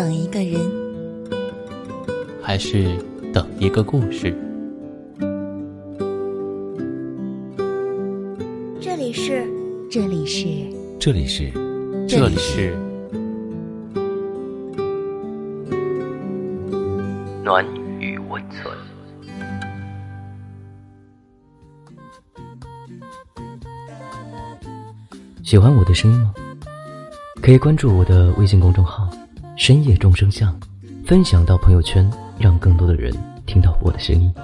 等一个人， 还是等一个故事？ 这里是暖与温存。 喜欢我的声音吗？可以关注我的微信公众号深夜众生相，分享到朋友圈，让更多的人听到我的声音。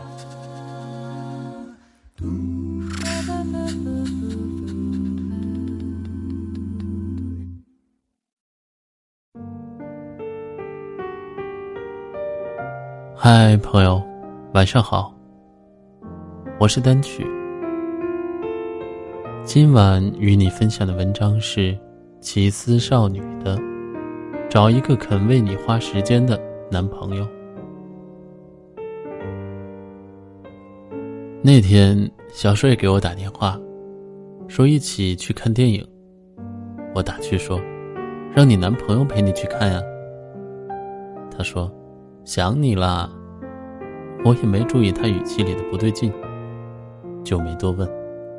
嗨，朋友，晚上好，我是单曲。今晚与你分享的文章是奇思少女的找一个肯为你花时间的男朋友。那天小睡给我打电话，说一起去看电影。我打趣说，让你男朋友陪你去看呀。他说想你啦。我也没注意他语气里的不对劲，就没多问。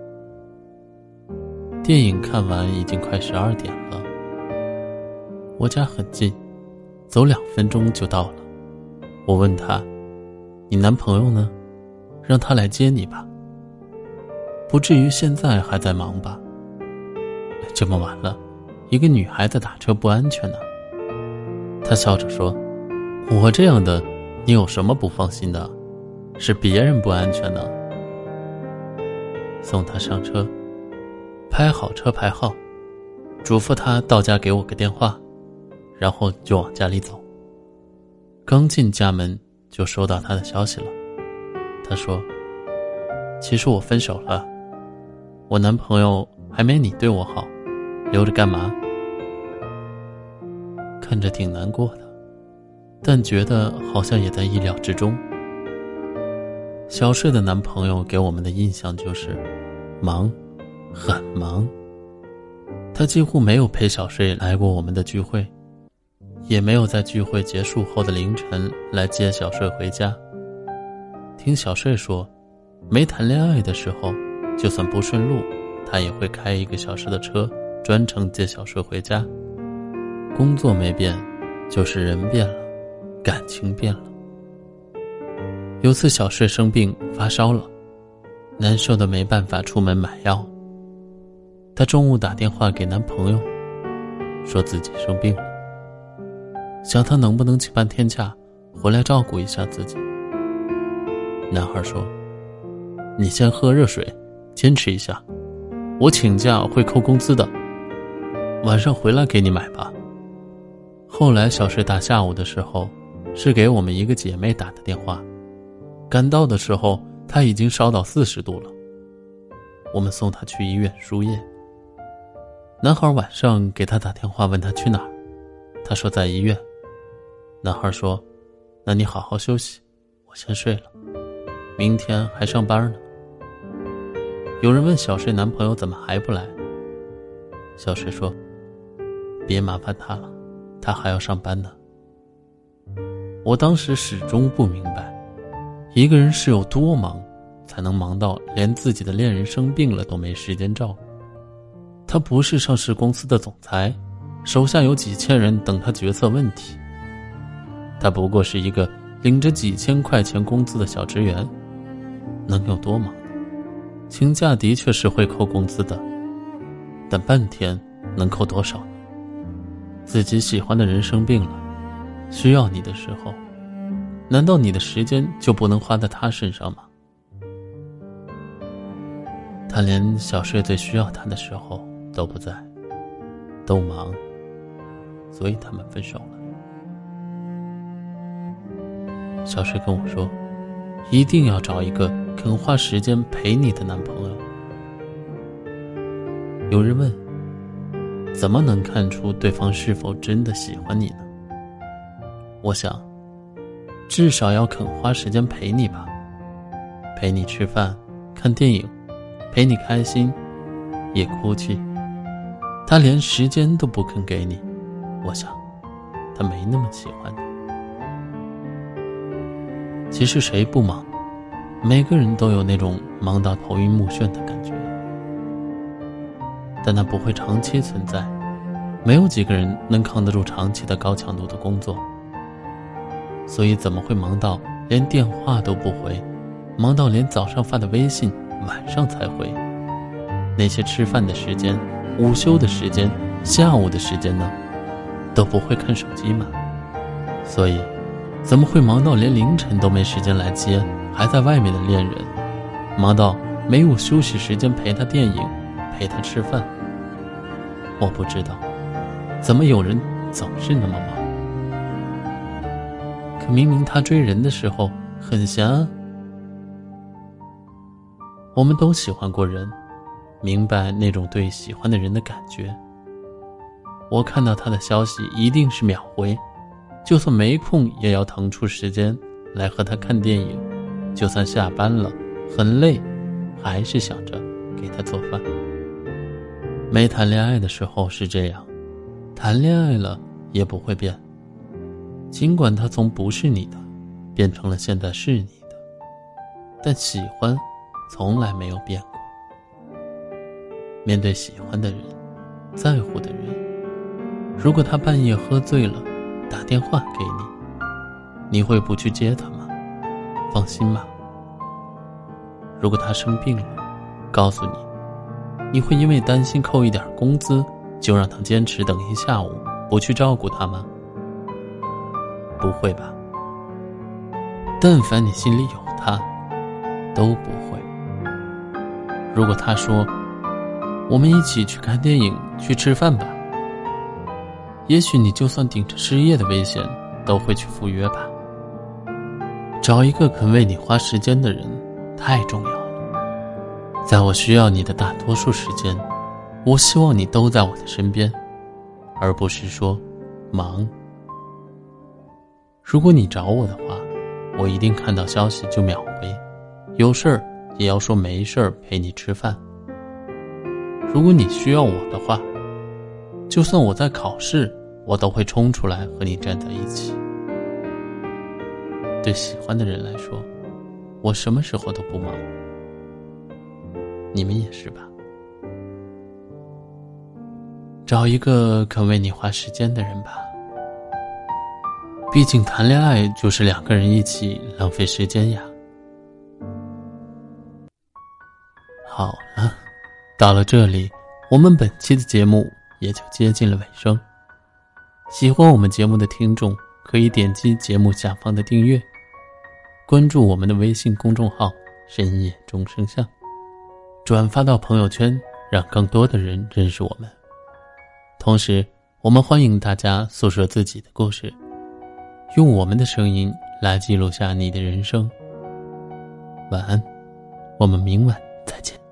电影看完已经快12点了，我家很近，走2分钟就到了。我问他，你男朋友呢？让他来接你吧，不至于现在还在忙吧？这么晚了，一个女孩子打车不安全呢。他笑着说，我这样的你有什么不放心的？是别人不安全呢。送他上车，拍好车牌号，嘱咐他到家给我个电话，然后就往家里走。刚进家门就收到他的消息了。他说，其实我分手了，我男朋友还没你对我好，留着干嘛？看着挺难过的，但觉得好像也在意料之中。小睡的男朋友给我们的印象就是忙，很忙。他几乎没有陪小睡来过我们的聚会，也没有在聚会结束后的凌晨来接小睡回家。听小睡说，没谈恋爱的时候，就算不顺路，他也会开1个小时的车专程接小睡回家。工作没变，就是人变了，感情变了。有次小睡生病发烧了，难受的没办法出门买药。她中午打电话给男朋友，说自己生病了，想他能不能请半天假回来照顾一下自己。男孩说，你先喝热水，坚持一下，我请假会扣工资的，晚上回来给你买吧。后来小睡大下午的时候，是给我们一个姐妹打的电话，赶到的时候她已经烧到40度了。我们送她去医院输液。男孩晚上给她打电话问她去哪儿，她说在医院。男孩说，那你好好休息，我先睡了，明天还上班呢。有人问小睡男朋友怎么还不来，小睡说，别麻烦他了，他还要上班呢。我当时始终不明白，一个人是有多忙，才能忙到连自己的恋人生病了都没时间照顾。他不是上市公司的总裁，手下有几千人等他决策问题。他不过是一个领着几千块钱工资的小职员，能有多忙？请假的确是会扣工资的，但半天能扣多少呢？自己喜欢的人生病了，需要你的时候，难道你的时间就不能花在他身上吗？他连小睡最需要他的时候都不在，都忙，所以他们分手了。小睡跟我说，一定要找一个肯花时间陪你的男朋友。有人问，怎么能看出对方是否真的喜欢你呢？我想，至少要肯花时间陪你吧，陪你吃饭、看电影，陪你开心，也哭泣。他连时间都不肯给你，我想他没那么喜欢你。其实谁不忙？每个人都有那种忙到头晕目眩的感觉，但它不会长期存在，没有几个人能扛得住长期的高强度的工作。所以怎么会忙到连电话都不回，忙到连早上发的微信晚上才回？那些吃饭的时间、午休的时间、下午的时间呢，都不会看手机吗？所以怎么会忙到连凌晨都没时间来接还在外面的恋人，忙到没有休息时间陪他电影，陪他吃饭？我不知道，怎么有人总是那么忙？可明明他追人的时候很闲啊。我们都喜欢过人，明白那种对喜欢的人的感觉。我看到他的消息一定是秒回，就算没空也要腾出时间来和他看电影，就算下班了很累，还是想着给他做饭。没谈恋爱的时候是这样，谈恋爱了也不会变。尽管他从不是你的变成了现在是你的，但喜欢从来没有变过。面对喜欢的人，在乎的人，如果他半夜喝醉了打电话给你，你会不去接他吗？放心吗？如果他生病了告诉你，你会因为担心扣一点工资就让他坚持等一下午不去照顾他吗？不会吧。但凡你心里有他都不会。如果他说我们一起去看电影去吃饭吧，也许你就算顶着失业的危险都会去赴约吧。找一个肯为你花时间的人太重要了。在我需要你的大多数时间，我希望你都在我的身边，而不是说忙。如果你找我的话，我一定看到消息就秒回，有事儿也要说没事儿陪你吃饭。如果你需要我的话，就算我在考试，我都会冲出来和你站在一起。对喜欢的人来说，我什么时候都不忙。你们也是吧？找一个肯为你花时间的人吧。毕竟谈恋爱就是两个人一起浪费时间呀。好了，到了这里，我们本期的节目也就接近了尾声。喜欢我们节目的听众可以点击节目下方的订阅，关注我们的微信公众号深夜钟声巷，转发到朋友圈，让更多的人认识我们。同时我们欢迎大家诉说自己的故事，用我们的声音来记录下你的人生。晚安，我们明晚再见。